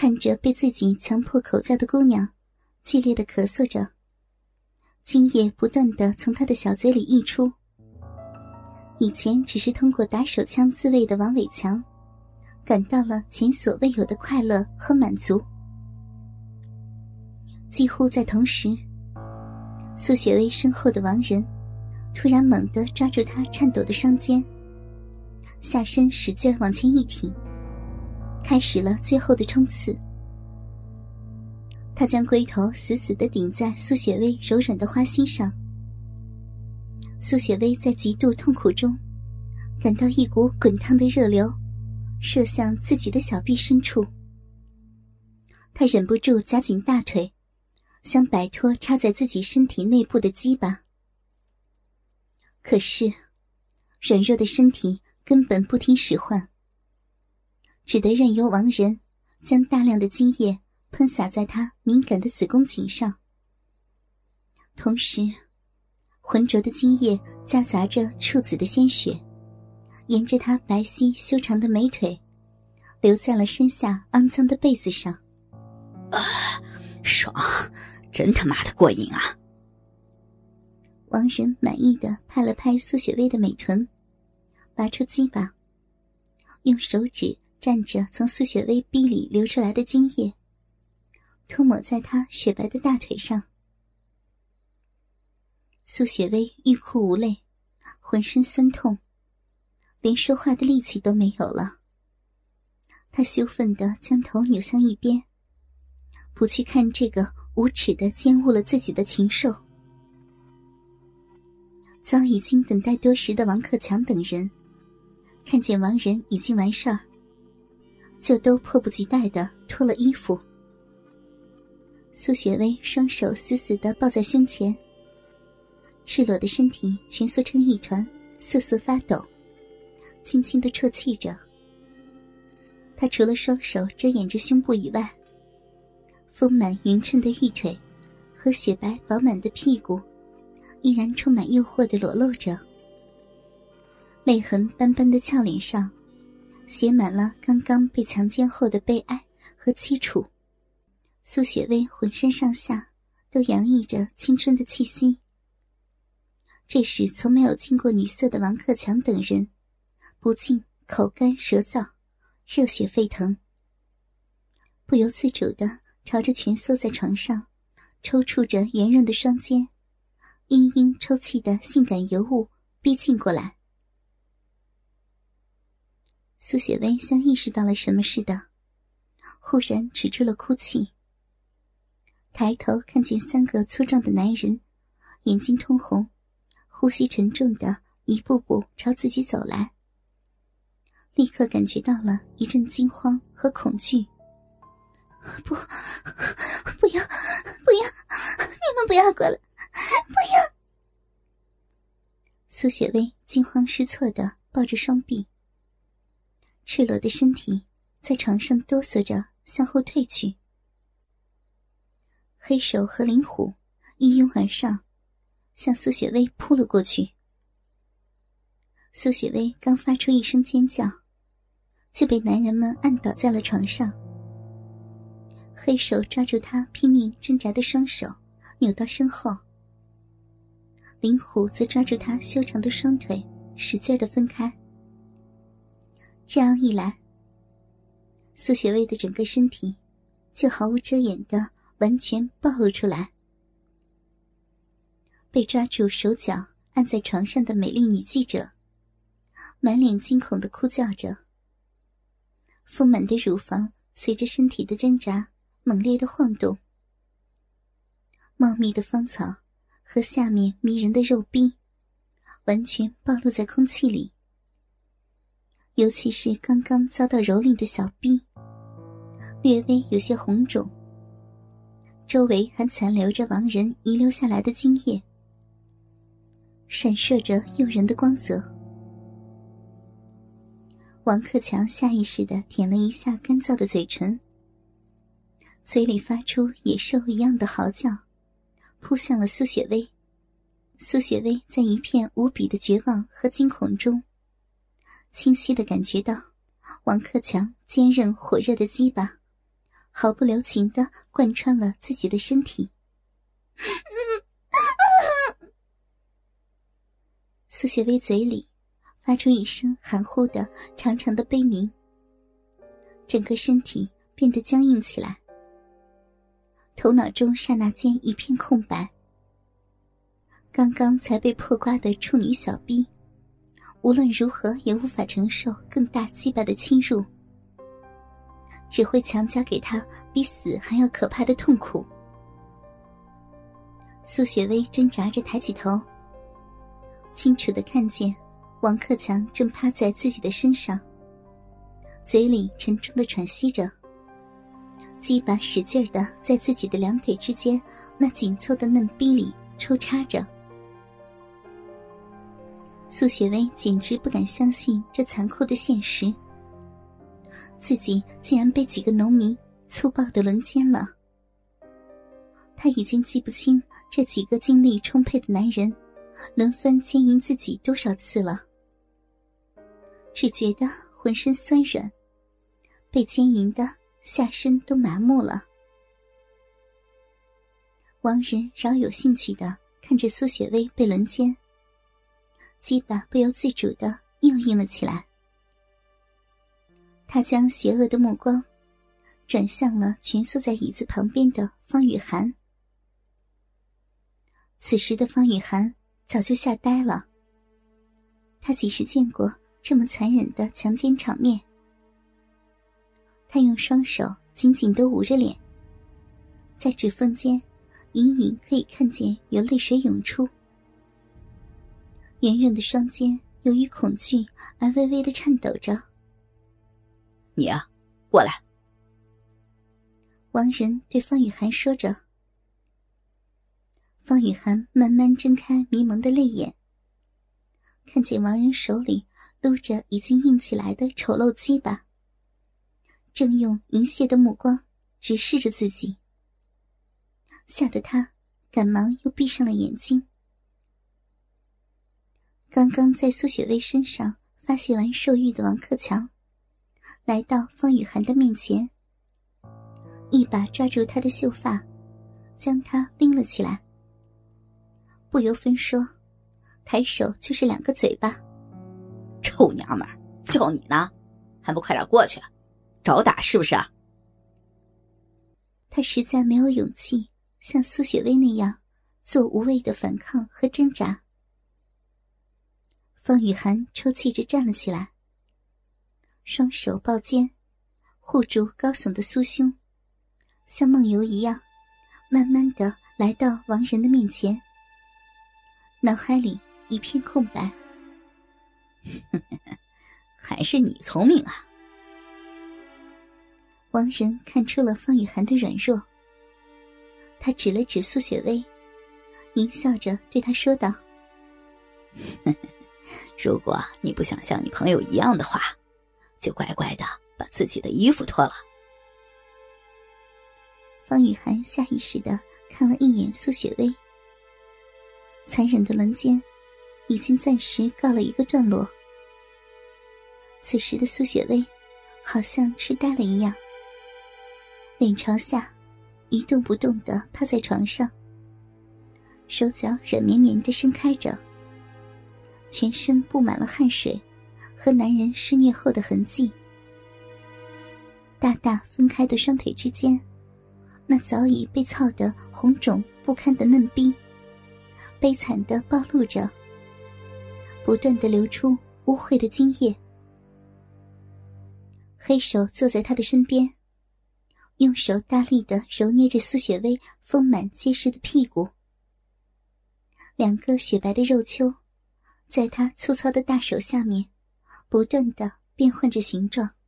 看着被自己强迫口交的姑娘剧烈的咳嗽着，精液不断地从她的小嘴里溢出。以前只是通过打手枪自慰的王伟强感到了前所未有的快乐和满足。几乎在同时，苏雪薇身后的王仁突然猛地抓住她颤抖的双肩，下身使劲往前一挺，开始了最后的冲刺。他将龟头死死地顶在苏雪薇柔软的花心上。苏雪薇在极度痛苦中感到一股滚烫的热流射向自己的小臂深处，她忍不住夹紧大腿，想摆脱插在自己身体内部的鸡巴。可是软弱的身体根本不听使唤，只得任由王仁将大量的精液喷洒在她敏感的子宫颈上，同时浑浊的精液夹杂着处子的鲜血，沿着她白皙修长的美腿流在了身下肮脏的被子上。 爽，真他妈的过瘾啊！ 王仁满意地拍了拍苏雪薇的美臀，拔出鸡巴，用手指蘸着从苏雪薇逼里流出来的精液，涂抹在她雪白的大腿上。苏雪薇欲哭无泪，浑身酸痛，连说话的力气都没有了。她羞愤地将头扭向一边，不去看这个无耻地奸污了自己的禽兽。早已经等待多时的王克强等人看见王仁已经完事儿，就都迫不及待地脱了衣服。苏雪薇双手死死地抱在胸前，赤裸的身体蜷缩成一团，瑟瑟发抖，轻轻地啜泣着。她除了双手遮掩着胸部以外，丰满匀称的玉腿和雪白饱满的屁股依然充满诱惑地裸露着。泪痕斑斑的俏脸上写满了刚刚被强奸后的悲哀和凄楚。苏雪薇浑身上下都洋溢着青春的气息。这时从没有经过女色的王克强等人不禁口干舌燥，热血沸腾，不由自主地朝着蜷缩在床上抽搐着圆润的双肩嘤嘤抽泣的性感尤物逼近过来。苏雪薇像意识到了什么似的，忽然止住了哭泣，抬头看见三个粗壮的男人眼睛通红，呼吸沉重的一步步朝自己走来，立刻感觉到了一阵惊慌和恐惧。不要，你们不要过来，不要！苏雪薇惊慌失措地抱着双臂，赤裸的身体在床上哆嗦着向后退去。黑手和灵虎一拥而上，向苏雪薇扑了过去。苏雪薇刚发出一声尖叫，就被男人们按倒在了床上。黑手抓住她拼命挣扎的双手，扭到身后。灵虎则抓住她修长的双腿，使劲地分开。这样一来，苏雪薇的整个身体就毫无遮掩地完全暴露出来。被抓住手脚按在床上的美丽女记者满脸惊恐地哭叫着，丰满的乳房随着身体的挣扎猛烈地晃动，茂密的芳草和下面迷人的肉壁完全暴露在空气里，尤其是刚刚遭到蹂躏的小臂略微有些红肿，周围还残留着王仁遗留下来的精液，闪烁着诱人的光泽。王克强下意识地舔了一下干燥的嘴唇，嘴里发出野兽一样的嚎叫，扑向了苏雪薇。苏雪薇在一片无比的绝望和惊恐中，清晰地感觉到王克强坚韧火热的鸡巴毫不留情地贯穿了自己的身体。苏雪薇嘴里发出一声含糊的长长的悲鸣，整个身体变得僵硬起来，头脑中刹那间一片空白。刚刚才被破瓜的处女小逼，无论如何也无法承受更大鸡巴的侵入，只会强加给他比死还要可怕的痛苦。苏雪薇挣扎着抬起头，清楚地看见王克强正趴在自己的身上，嘴里沉重地喘息着，鸡巴使劲地在自己的两腿之间那紧凑的嫩逼里抽插着。苏雪薇简直不敢相信这残酷的现实，自己竟然被几个农民粗暴地轮奸了。她已经记不清这几个精力充沛的男人轮番奸淫自己多少次了，只觉得浑身酸软，被奸淫的下身都麻木了。王仁饶有兴趣地看着苏雪薇被轮奸，鸡巴不由自主地又硬了起来。他将邪恶的目光转向了蜷缩在椅子旁边的方雨涵。此时的方雨涵早就吓呆了，他几时见过这么残忍的强奸场面。他用双手紧紧地捂着脸，在指缝间隐隐可以看见有泪水涌出，圆润的双肩由于恐惧而微微地颤抖着。 你啊，过来。 王仁对方雨涵说着。方雨涵慢慢睁开迷蒙的泪眼，看见王仁手里撸着已经硬起来的丑陋鸡巴，正用淫亵的目光直视着自己，吓得他赶忙又闭上了眼睛。刚刚在苏雪薇身上发泄完兽欲的王克强来到方雨涵的面前，一把抓住她的秀发，将她拎了起来，不由分说抬手就是2个嘴巴。 臭娘们儿，叫你呢，还不快点过去，找打是不是啊？ 他实在没有勇气像苏雪薇那样做无谓的反抗和挣扎。方雨涵抽泣着站了起来，双手抱肩护住高耸的酥胸，像梦游一样慢慢地来到王仁的面前，脑海里一片空白。 还是你聪明啊。 王仁看出了方雨涵的软弱，他指了指苏雪薇，淫笑着对她说道： 如果你不想像你朋友一样的话，就乖乖的把自己的衣服脱了。 方雨涵下意识地看了一眼苏雪薇，残忍的轮奸已经暂时告了一个段落。此时的苏雪薇好像痴呆了一样，脸朝下一动不动地趴在床上，手脚软绵绵地伸开着，全身布满了汗水和男人施虐后的痕迹。大大分开的双腿之间，那早已被操得红肿不堪的嫩逼悲惨地暴露着，不断地流出污秽的精液。黑手坐在他的身边，用手大力地揉捏着苏雪薇丰满结实的屁股，2个雪白的肉丘在他粗糙的大手下面不断地变换着形状。